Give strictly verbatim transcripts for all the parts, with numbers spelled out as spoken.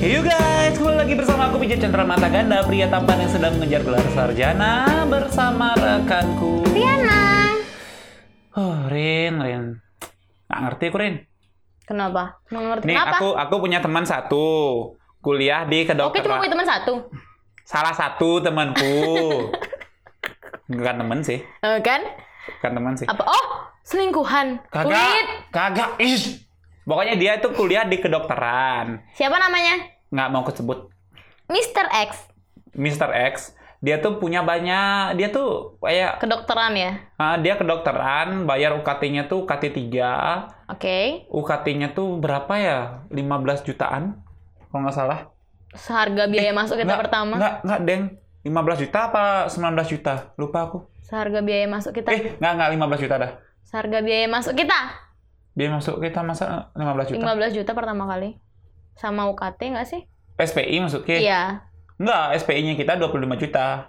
Hey you guys, kembali lagi bersama aku Pijat Chandra Mata Ganda, pria tampan yang sedang mengejar gelar sarjana bersama rekanku Riana. Oh, Rin, Rin. Nggak ngerti aku, Rin. Kenapa? Nggak ngerti Nih, kenapa? aku aku punya teman satu, kuliah di kedokteran. Oke, cuma punya teman satu. Salah satu temanku. Bukan teman sih. Eh, kan? Bukan teman sih. Apa? Oh, selingkuhan. Kagak. Kulit. Kagak. Ish. Pokoknya dia itu kuliah di kedokteran. Siapa namanya? Nggak mau kesebut. mister X. mister X. Dia tuh punya banyak, dia tuh kayak Kedokteran ya? ah, dia kedokteran, bayar U K T-nya tuh U K T tiga. Oke. U K T-nya tuh berapa ya? lima belas jutaan. Kalau nggak salah. Seharga biaya masuk kita Nggak, pertama. Nggak, nggak, Deng. lima belas juta apa sembilan belas juta? Lupa aku. Seharga biaya masuk kita. Eh, nggak, nggak lima belas juta dah. Seharga biaya masuk kita. Dia masuk kita masa lima belas juta. lima belas juta pertama kali. Sama U K T nggak sih? S P I maksudnya? Iya. Nggak, S P I-nya kita dua puluh lima juta.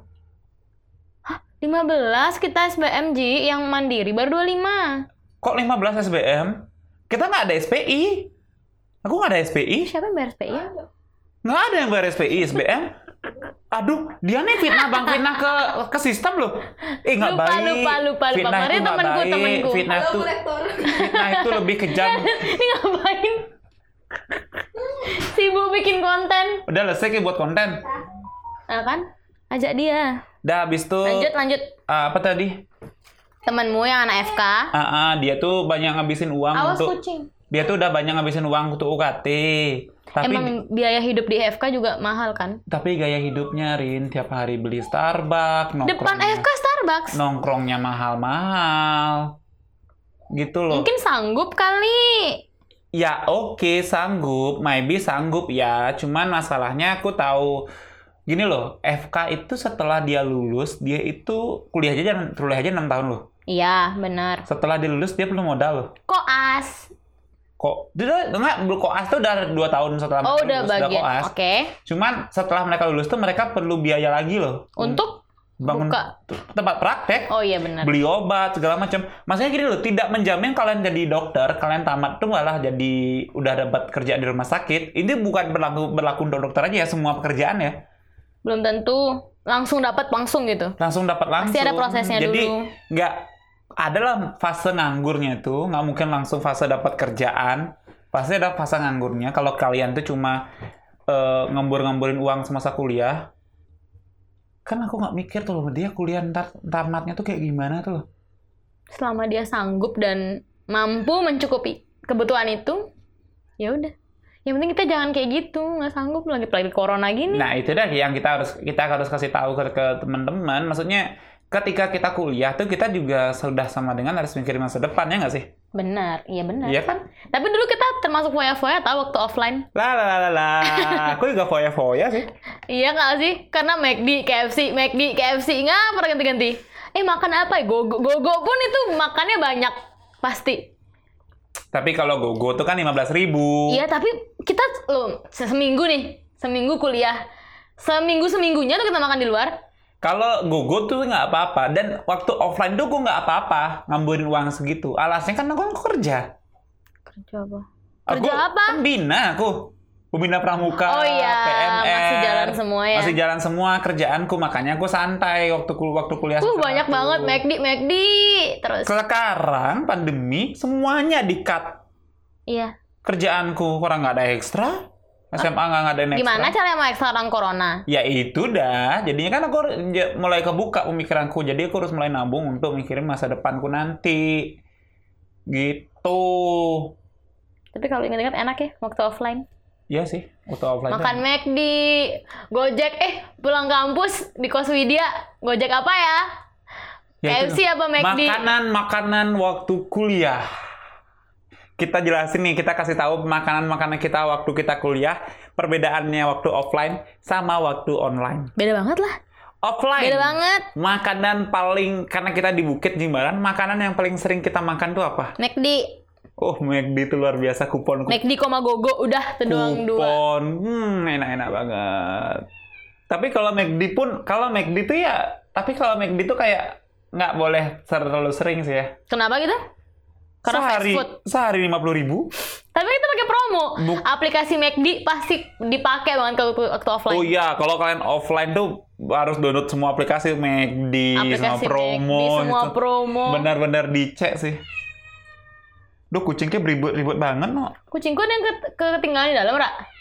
lima belas kita S B M J yang mandiri baru dua puluh lima. Kok lima belas S B M? Kita nggak ada S P I. Aku nggak ada S P I. Siapa yang bayar S P I? Nggak ada yang bayar S P I, S B M. Aduh, dia nih fitnah bang, fitnah ke ke sistem loh. Eh nggak Lupa, baik. lupa, lupa, lupa. Fitnah Kemarin itu nggak temanku, baik. temanku. Fitnah itu, fitnah itu lebih kejam. Ini ngapain? Sibuk bikin konten. Udah selesai kayak buat konten. Nah kan? Ajak dia. Dah habis tuh. Lanjut, lanjut. ah, apa tadi? Temenmu yang anak F K. Ah, ah, dia tuh banyak ngabisin uang Awas untuk. kucing. Dia tuh udah banyak ngabisin uang untuk U K T. Tapi Emang biaya hidup di F K juga mahal kan? tapi gaya hidupnya Rin tiap hari beli Starbucks, Depan nongkrongnya, F K Starbucks. nongkrongnya mahal-mahal. Gitu loh. Mungkin sanggup kali. Ya oke sanggup, maybe sanggup ya. Cuman masalahnya aku tahu gini loh, F K itu setelah dia lulus, dia itu kuliah aja kuliah aja enam tahun loh. Iya, benar. Setelah dia lulus dia perlu modal loh. Koas. Kok dia enggak koas tuh udah dua tahun setelah Oh, mereka udah lulus, bagian. koas. Oke. Cuman setelah mereka lulus tuh mereka perlu biaya lagi loh. Untuk Bangun buka. tempat praktek. Oh iya benar. Beli obat segala macam. Maksudnya gini loh, tidak menjamin kalian jadi dokter, kalian tamat tuh malah jadi udah dapat kerjaan di rumah sakit. Ini bukan berlaku berlaku untuk dokter aja ya, semua pekerjaan ya. Belum tentu langsung dapat langsung gitu. Langsung dapat langsung. Pasti ada prosesnya jadi, dulu. nggak adalah fase nganggurnya itu, nggak mungkin langsung fase dapat kerjaan. Pasti ada fase nganggurnya. Kalau kalian tuh cuma uh, ngembur-ngemburin uang semasa kuliah, kan aku nggak mikir tuh loh, dia kuliah ntar tamatnya tuh kayak gimana tuh loh. Selama dia sanggup dan mampu mencukupi kebutuhan itu, ya udah. Yang penting kita jangan kayak gitu, nggak sanggup lagi lagi corona gini. Nah itu dah yang kita harus kita harus kasih tahu ke, ke teman-teman. Maksudnya ketika kita kuliah tuh kita juga sudah sama dengan harus mikirin masa depan, ya nggak sih? Benar, iya benar. Iya kan? Tapi dulu kita termasuk foya-foya tahu waktu offline. Lah lah lah lah. Aku juga foya-foya sih. Iya nggak sih? Karena McD, K F C, McD, K F C nggak pernah ganti-ganti. Eh makan apa ya? Gogo, gogo pun itu makannya banyak pasti. Tapi kalau gogo tuh kan lima belas ribu. Iya tapi kita loh seminggu nih, seminggu kuliah, seminggu seminggunya tuh kita makan di luar. Kalau gogo tuh nggak apa-apa. Dan waktu offline tuh gue nggak apa-apa ngambilin uang segitu. Alasnya kan aku, aku kerja. Kerja apa? Aku Kerja apa? pembina aku. Pembina pramuka, Oh iya, P M R. masih jalan semua ya. Masih jalan semua kerjaanku. Makanya aku santai waktu kul- waktu kuliah. Uh semester banyak satu. banget McD, McD terus. Sekarang pandemi semuanya di-cut. Iya. Kerjaanku kurang nggak ada ekstra. S M A nggak ngadain ekstra. Gimana caranya mau ekstra orang corona? Ya itu dah. Jadinya kan aku j- mulai kebuka pemikiranku. Jadi aku harus mulai nabung untuk mikirin masa depanku nanti. Gitu. Tapi kalau ingat-ingat enak ya waktu offline. Iya sih. Waktu offline. Makan McD, Gojek, eh pulang kampus di kos Widya, Gojek apa ya? Ya, K F C itu. apa McD? Makanan-makanan waktu kuliah. Kita jelasin nih, kita kasih tahu makanan-makanan kita waktu kita kuliah, perbedaannya waktu offline sama waktu online. Beda banget lah. Offline. Beda banget. Makanan paling, karena kita di Bukit Jimbaran, makanan yang paling sering kita makan tuh apa? McD. Oh, McD itu luar biasa, kupon. McD koma gogo udah tuh doang dua. Kupon. Hmm, enak-enak banget. Tapi kalau McD pun, kalau McD tuh ya, tapi kalau McD tuh kayak nggak boleh terlalu sering sih ya. Kenapa gitu? Karena sehari, fast food. Sehari lima puluh ribu. Tapi kita pakai promo. promo. Buk- Aplikasi McD pasti dipakai banget kalau waktu offline. Oh iya, kalau kalian offline tuh harus download semua aplikasi McD, semua Aplikasi promo, McD, semua gitu. promo. Benar-benar dicek sih. Duh, kucingnya ribut-ribut banget, no. Kucingku ada yang ke- ketinggalan di dalam, Ra.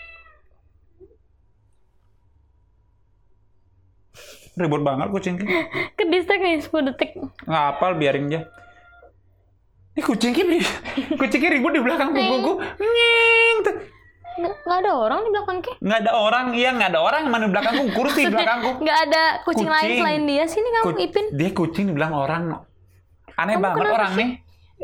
Ribut banget kucingnya. Ke distract nih sepuluh detik. Nggak apal, biarin aja. Ini kucingnya, kucingnya ribut di belakang punggungku. Nying. tuh. Nggak, nggak ada orang di belakangnya. Nggak ada orang, iya nggak ada orang. Mana di belakangku, kursi di belakangku. Nggak ada kucing, lain Kucing. selain dia. Sini kamu, Ku- Ipin. Dia kucing dibilang orang, no. Aneh Kamu banget kenapa orang sih? nih.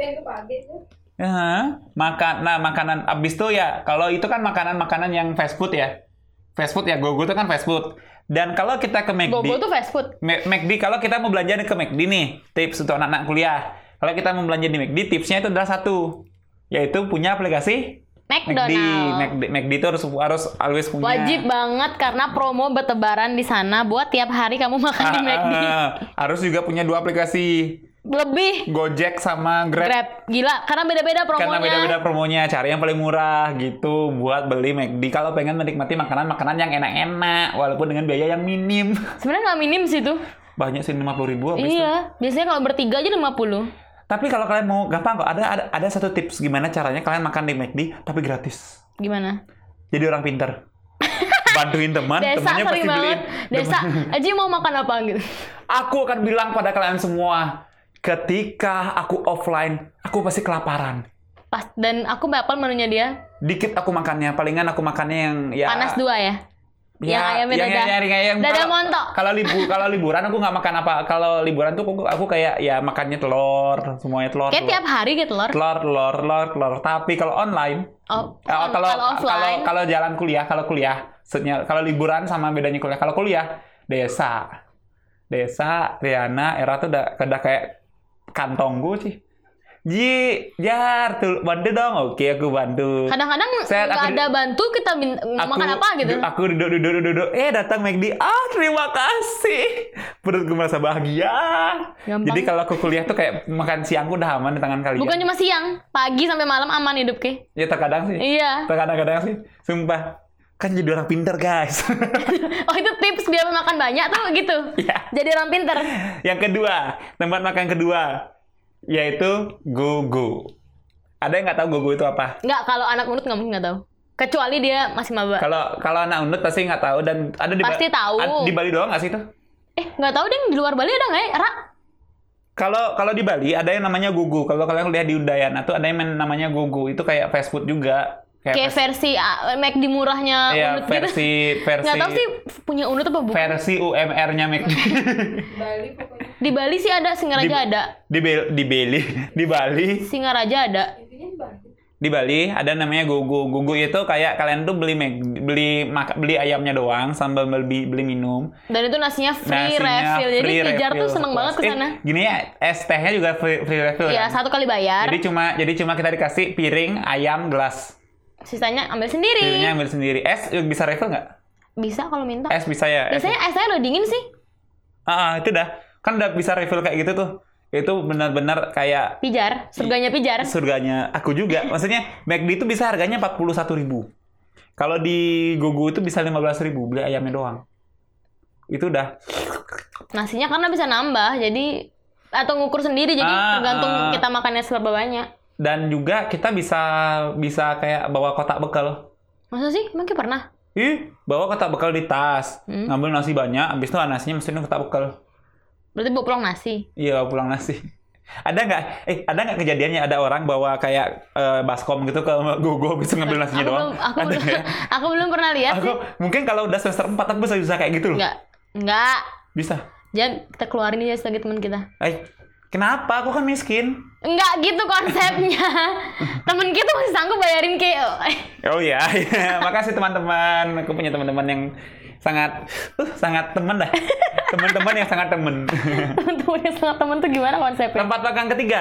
Ya, makan, nah makanan abis tuh ya, kalau itu kan makanan-makanan yang fast food ya. Fast food ya, GoGo itu kan fast food. Dan kalau kita ke McD, Gogo tuh fast food. Ma- McD, kalau kita mau belanja ke McD nih, tips untuk anak-anak kuliah. Kalau kita mau belanja di McD, tipsnya itu adalah satu, yaitu punya aplikasi McD. McDonald. McD, McD itu harus harus always punya. Wajib banget karena promo bertebaran di sana buat tiap hari kamu makan di Ah, McD. ah, harus juga punya dua aplikasi, Lebih Gojek sama Grab. Grab. Gila, karena beda-beda promonya. Karena beda-beda promonya, cari yang paling murah gitu buat beli McD kalau pengen menikmati makanan-makanan yang enak-enak walaupun dengan biaya yang minim. Sebenarnya nggak minim sih tuh. Banyak sih lima puluh ribu habis itu. Iya, biasanya kalau bertiga aja lima puluh. Tapi kalau kalian mau gampang kok, ada, ada ada satu tips gimana caranya kalian makan di McD tapi gratis. Gimana? Jadi orang pintar. Bantuin teman, Desa temannya sering pasti beliin. banget. Desa, Aji mau makan apa gitu. Aku akan bilang pada kalian semua, ketika aku offline, aku pasti kelaparan. Pas dan aku bakal menunya dia Dikit aku makannya, palingan aku makannya yang ya panas dua ya. Ya, Yang ayamnya yang, dada. yang, yang, yang, Dada kalau- montok. Kalau libur, kalau liburan aku nggak makan apa. Kalau liburan tuh aku, aku kayak ya makannya telur, semuanya telur. Kayak telur. tiap hari gitu telur. telur, telur, telur, telur. Tapi kalau online, Oh, eh, on- kalau kalau kalau offline. kalau jalan kuliah, kalau kuliah, maksudnya kalau liburan sama bedanya kuliah. Kalau kuliah, desa, desa, Riana, Era tuh udah, udah kayak kantong gue sih. Ji, jar, tuh bantu dong. Oke, aku bantu. Kadang-kadang Set, nggak aku- ada bantu kita min- makan apa gitu. du- Aku duduk, duduk, duduk, duduk. Eh, datang McD. Ah, terima kasih. Perutku merasa bahagia. Gampang. Jadi kalau aku kuliah tuh kayak makan siangku udah aman di tangan kalian. Bukan cuma siang, pagi sampai malam aman hidup ke. Ya terkadang sih. Iya. Terkadang-kadang sih. Sumpah. Kan jadi orang pinter, guys. Oh itu tips biar makan banyak tuh gitu. Iya. Jadi orang pinter. Yang kedua, tempat makan kedua, yaitu GoGo. Ada yang nggak tahu GoGo itu apa? Nggak, kalau anak unut nggak mungkin nggak tahu. Kecuali dia masih maba. Kalau kalau anak unut pasti nggak tahu dan ada di Ba- Pasti tahu. ad- di Bali doang nggak sih itu? Eh nggak tahu deh, di luar Bali ada nggak ya, Ra? Kalau kalau di Bali ada yang namanya GoGo. Kalau kalian lihat di Udayana tuh ada yang namanya GoGo. Itu kayak fast food juga. Kayak fast- versi uh, McD murahnya Iya, unut gitu. versi versi Nggak tahu sih punya unut apa bukan. versi U M R-nya McD. Di Bali sih ada, Singaraja Di- ada. di Bel- di Bali, di Bali, Singaraja ada. di Bali ada namanya GoGo. GoGo itu kayak kalian tuh beli Mac- beli mak- beli ayamnya doang sambil beli beli minum. Dan itu nasinya free Nasinya refill. Jadi free Pijar refill tuh seneng banget ke sepuas. sana. Eh, gini ya, es tehnya juga free, free refill Iya, kan? satu kali bayar. Jadi cuma jadi cuma kita dikasih piring, ayam, gelas. Sisanya ambil sendiri. Piringnya ambil sendiri. Es bisa refill nggak? Bisa kalau minta. Es bisa ya. Es. Biasanya esnya udah dingin sih. Ah, ah, itu dah. Kan udah bisa refill kayak gitu tuh. Itu benar-benar kayak Pijar, surganya Pijar. surganya aku juga. Maksudnya McD itu bisa harganya empat puluh satu ribu. Kalau di GoGo itu bisa lima belas ribu beli ayamnya doang. Itu udah. Nasinya karena bisa nambah, jadi atau ngukur sendiri, jadi Ah, tergantung ah. kita makannya seberapa banyak. Dan juga kita bisa bisa kayak bawa kotak bekal. Masa sih? Emang kayak pernah? Ih, bawa kotak bekal di tas. Hmm. Ngambil nasi banyak, habis itu nasinya mesti kotak bekal. Berarti bawa pulang nasi. Iya, pulang nasi. Ada nggak? Eh, ada nggak kejadiannya ada orang bawa kayak eh, baskom gitu ke GoGo bisa ngambil nasinya Aku doang? belum, aku Ada belum, ya? aku belum pernah lihat Aku sih. mungkin kalau udah semester empat aku bisa bisa kayak gitu loh. Enggak, enggak. Bisa. Jangan kita keluarin aja sebagai teman kita. Eh, kenapa? Aku kan miskin. Enggak gitu konsepnya. Temen kita masih sanggup bayarin kayak. Oh iya, makasih teman-teman. Aku punya teman-teman yang sangat, uh, sangat teman dah. Teman-teman yang sangat teman. Temen-temen yang sangat temen tuh gimana konsepnya? Tempat makan ketiga,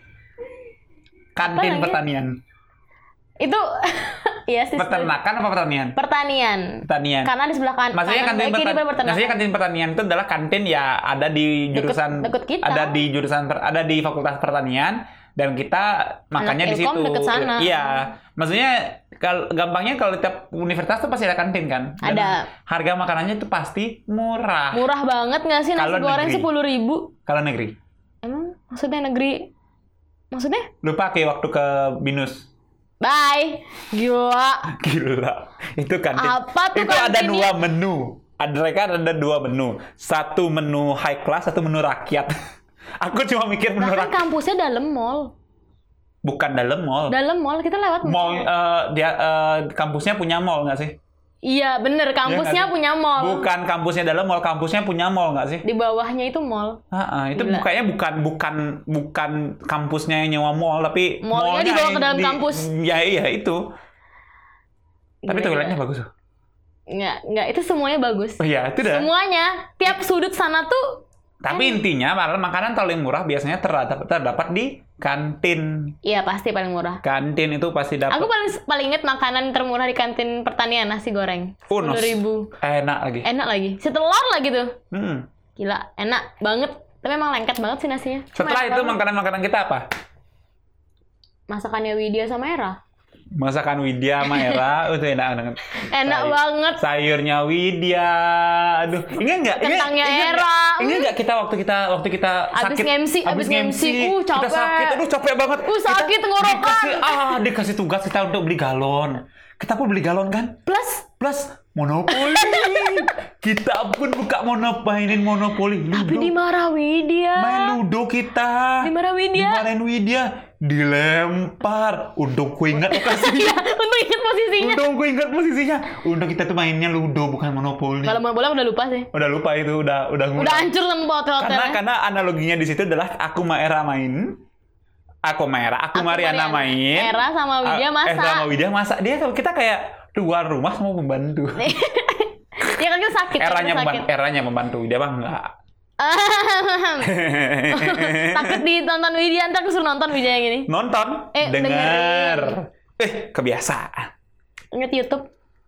kantin lagi? pertanian. Itu iya sih. Peternakan apa pertanian? Pertanian. Pertanian. Karena di sebelah kan, Maksudnya kanan kantin, eh, kiri pertan- pertanian. maksudnya kantin pertanian itu adalah kantin ya ada di Deket- jurusan deket kita. ada di jurusan per- ada di fakultas pertanian Dan kita makannya di situ. Ilkom deket sana. Iya. Maksudnya kalau gampangnya kalau tiap universitas tuh pasti ada kantin kan. Dan Ada. harga makanannya itu pasti murah. Murah banget nggak sih nasi Kalau goreng negeri. sepuluh ribu? Kalau negeri. Emang maksudnya negeri? Maksudnya? Lupa kayak waktu ke Binus. Bye. Gila. Gila. Itu kantin. Apa tuh Itu ada kantinnya? dua menu. Ada mereka ada dua menu. Satu menu high class, satu menu rakyat. Aku cuma mikir menu Bahkan rakyat. kampusnya dalam mall. Bukan dalam mall. Dalam mall kita lewat Mall mall. eh, dia eh, kampusnya punya mall nggak sih? Iya bener, Iya nggak kampusnya sih? punya mall. Bukan kampusnya dalam mall, kampusnya punya mall nggak sih? Di bawahnya itu mall. Ah, ah, itu Gila. bukanya bukan bukan bukan kampusnya yang nyewa mall, tapi Mallnya mallnya dibawa ke yang dalam di- kampus. Ya iya itu. Tapi Gila, toiletnya gila. bagus loh. Nggak, nggak. Itu semuanya bagus. Oh iya, itu dah. Semuanya. Tiap sudut sana tuh. Tapi intinya malah makanan paling murah biasanya terdapat terdapat di kantin. Iya pasti paling murah. Kantin itu pasti dapat. Aku paling paling inget makanan termurah di kantin pertanian, nasi goreng. Oh, sepuluh nos. ribu. Enak lagi. Enak lagi. Setelur lagi tuh. Hmm. Gila, enak banget. Tapi emang lengket banget sih nasinya. Setelah Enak itu banget. makanan-makanan kita apa? Masakannya Widya sama Era. Masakan Widya sama Era, itu enak banget. Enak Sayur- banget. Sayurnya Widya, aduh, ingat nggak? Ingat- Kentangnya ingat nggak? Era. Ingat nggak kita waktu kita waktu kita Abis sakit, nge-M C, abis nge-M C. Uh, kita capek. sakit, aduh capek banget. Uh, sakit Kita tenggorokan. Dikasih, ah, dikasih tugas kita untuk beli galon. Kita pun beli galon kan? Plus, Plus monopoli. Kita pun buka monop mainin monopoli. tapi Ludo. dimarah Widya. Main ludo kita. Dimarah Widya. Dimarahin Widya. Dilempar. Untung ku ingat lokasinya. Iya, untuk ingat posisinya. Untung ku ingat posisinya. Untung kita tuh mainnya ludo bukan monopoli. Kalau mau bola udah lupa sih. Udah lupa itu, udah udah ngulang. Udah hancur lembut hotel. Karena karena analoginya di situ adalah aku sama Era main. Aku sama Era, aku, Mariana main. Era sama Widya Ah, masak. Eh, sama Widya masak. Dia kalau kita kayak tuan rumah semua membantu. Ya kan kita sakit. Eranya kita sakit. membantu, Eranya membantu. Widya bang enggak. Takut ditonton Widya, ntar aku suruh nonton Widya yang ini. Nonton, Eh, denger. dengerin. Eh, kebiasaan. Ingat YouTube?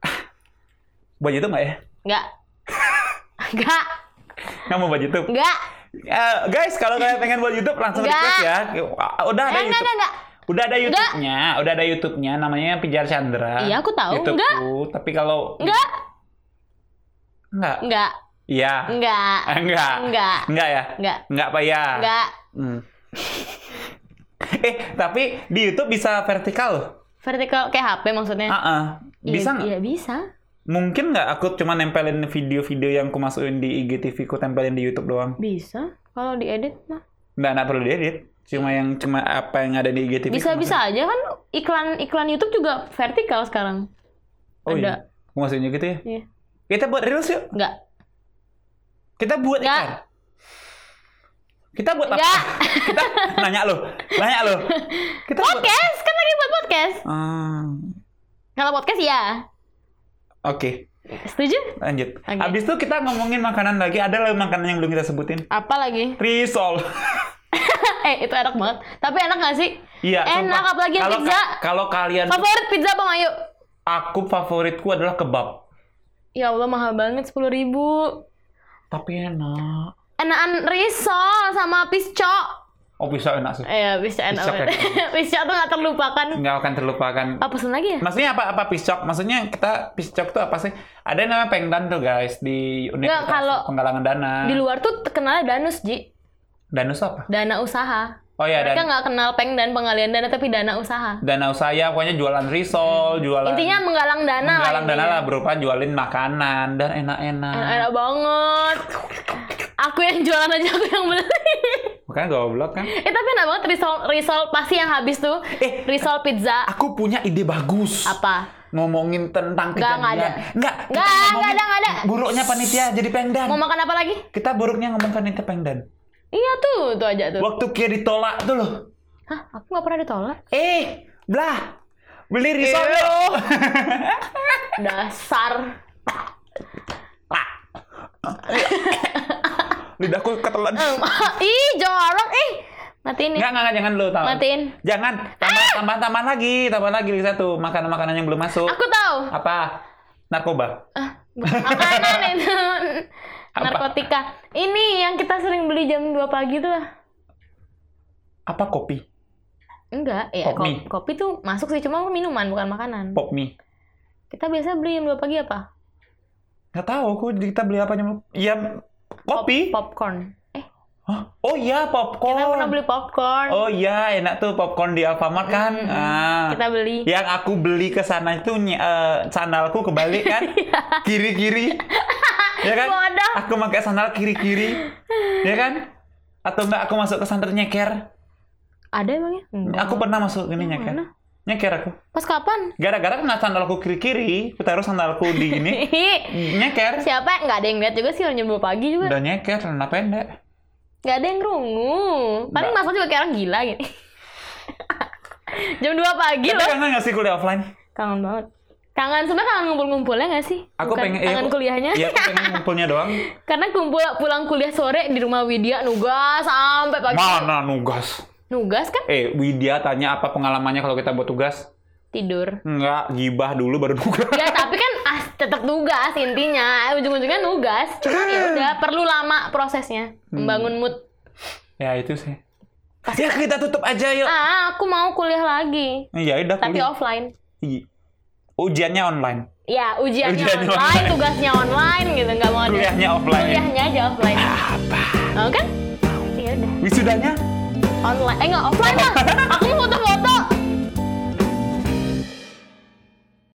Buat YouTube nggak ya? Enggak. Enggak. Nggak mau buat YouTube? Enggak. Eh, guys, kalau kalian pengen buat YouTube langsung Nggak. request ya. Udah ada Eh, enggak, YouTube. enggak, enggak. Udah ada YouTube-nya, udah ada YouTube-nya namanya Pijar Chandra. Iya, aku tahu. YouTubeku, tapi kalau Enggak. enggak. Enggak. Iya. Enggak. Eh, Enggak. Enggak. Enggak ya? Enggak. Enggak Pak ya? Enggak. Hmm. eh, tapi di YouTube bisa vertikal loh. Vertikal kayak H P maksudnya? Ah, ah. Bisa Iya, nggak? Iya, bisa. Mungkin nggak aku cuma nempelin video-video yang aku masukin di I G T V ku tempelin di YouTube doang? Bisa. Kalau diedit mah. Nggak, nggak perlu diedit. Cuma yang cuma apa yang ada di I G T V. Bisa-bisa aja kan iklan iklan YouTube juga vertikal sekarang. Oh ada. iya. Maksudnya gitu ya? Iya. Kita buat reels yuk. Enggak. Kita buat Nggak. iklan. Kita buat apa? Nggak. Kita nanya lo, nanya lo. Kita buat. Podcast kan lagi buat podcast. Hmm. Kalau podcast ya. Oke, Setuju? lanjut. Oke. Abis itu kita ngomongin makanan lagi. Ada lagi makanan yang belum kita sebutin. Apa lagi? Risol. eh, itu enak banget. Tapi enak gak sih? Iya. Enak, sumpah. apalagi yang Kalau pizza. ka- Kalau kalian, Favorit pizza Bang Ayu? aku favoritku adalah kebab. Ya Allah, mahal banget sepuluh ribu. Tapi enak. Enakan risol sama pisco. Oh bisa enak sih. Eh, pisco enak Pisco banget. Pisco tuh gak terlupakan. Nggak akan terlupakan. Apa pesen lagi ya? Maksudnya apa apa piscok? Maksudnya kita piscok tuh apa sih? Ada yang namanya pengdan tuh guys di Universitas kalau Penggalangan Dana. Di luar tuh terkenalnya danus, Ji. Danus apa? Dana usaha. Oh iya, Mereka dan nggak kenal pengdan pengalian dana, tapi dana usaha. dana usaha pokoknya jualan risol, jualan Intinya menggalang dana lah. menggalang dana intinya. lah berupa jualin makanan dan enak-enak. Enak banget. Aku yang jualan aja, aku yang beli. Makanya goblok kan. eh tapi enak banget risol, risol pasti yang habis tuh. Eh, risol pizza. Aku punya ide bagus. Apa? Ngomongin tentang Nggak, kejadian. nggak ada. Nggak, kita Nggak, ngomongin nggak ada, nggak ada. buruknya panitia jadi pengdan. Mau makan apa lagi? Kita buruknya ngomong panitia pengdan. Iya tuh, tuh aja tuh. Waktu kia ditolak tuh loh. Hah, aku nggak pernah ditolak. Eh, belah. Beli risol Ew. yuk. Dasar. Lidahku ketelan. Em, Ih, jorok. Ih, matiin nih. Enggak, enggak, jangan dulu tahu. Matiin. Jangan, tambah tambah tambah lagi, tambah lagi lagi satu makanan-makanan yang belum masuk. Aku tahu. Apa? Narkoba. Ah, bukan makanan itu. Apa? Narkotika. Ini yang kita sering beli jam dua pagi tuh. Apa kopi? Enggak, ya Pop mie. kopi, kopi tuh masuk sih, cuma minuman bukan makanan. Pop mie. Kita biasa beli jam dua pagi apa? Nggak tahu aku kita beli apa jam ya kopi. Pop, popcorn. Eh, Hah? Oh iya popcorn. kita pernah beli popcorn. Oh iya enak tuh popcorn di Alfamart kan. Mm-mm. Ah. Kita beli. Yang aku beli ke sana itu ny- eh, sandalku kebalik kan, kiri-kiri, ya kan? Bodoh. Aku pakai sandal kiri-kiri, ya kan? Atau enggak aku masuk ke santer nyeker? Ada emangnya? Enggak. Aku pernah masuk ini Yang nyeker, mana? nyeker aku. Pas kapan? Gara-gara kena sandalku kiri-kiri, aku taruh sandalku di ini, nyeker. Siapa? Nggak ada yang lihat juga sih orang jam dua pagi juga. Udah nyeker, celana pendek. Nggak ada yang rungu. Paling Nggak. masuk juga kayak orang gila gitu. jam dua pagi Tapi loh. kangen nggak sih kuliah offline? Kangen banget. Kangen sebenarnya kangen ngumpul-ngumpulnya nggak sih? Aku Bukan pengen, kangen aku- kuliahnya. Iya, aku pengen ngumpulnya doang. Karena kumpul pulang kuliah sore di rumah Widya nugas sampai pagi. Mana nugas? Nugas kan Eh, Widya tanya apa pengalamannya kalau kita buat tugas? tidur. Enggak, gibah dulu baru nugas. Ya tapi kan ah, tetap nugas intinya. Ujung-ujungnya nugas. Cuma ya udah perlu lama prosesnya membangun mood. Ya itu sih. Ya kita tutup aja yuk. Ah, aku mau kuliah lagi. Ya udah Tapi kuliah. offline. Iya. Ujiannya online. Ya, ujiannya, Ujiannya online, online. tugasnya online gitu, nggak mau ada. Kuliahnya offline. Kuliahnya aja offline. Apa? Mau kan? Ya udah. Wisudanya? Online. Eh nggak offline lah. Aku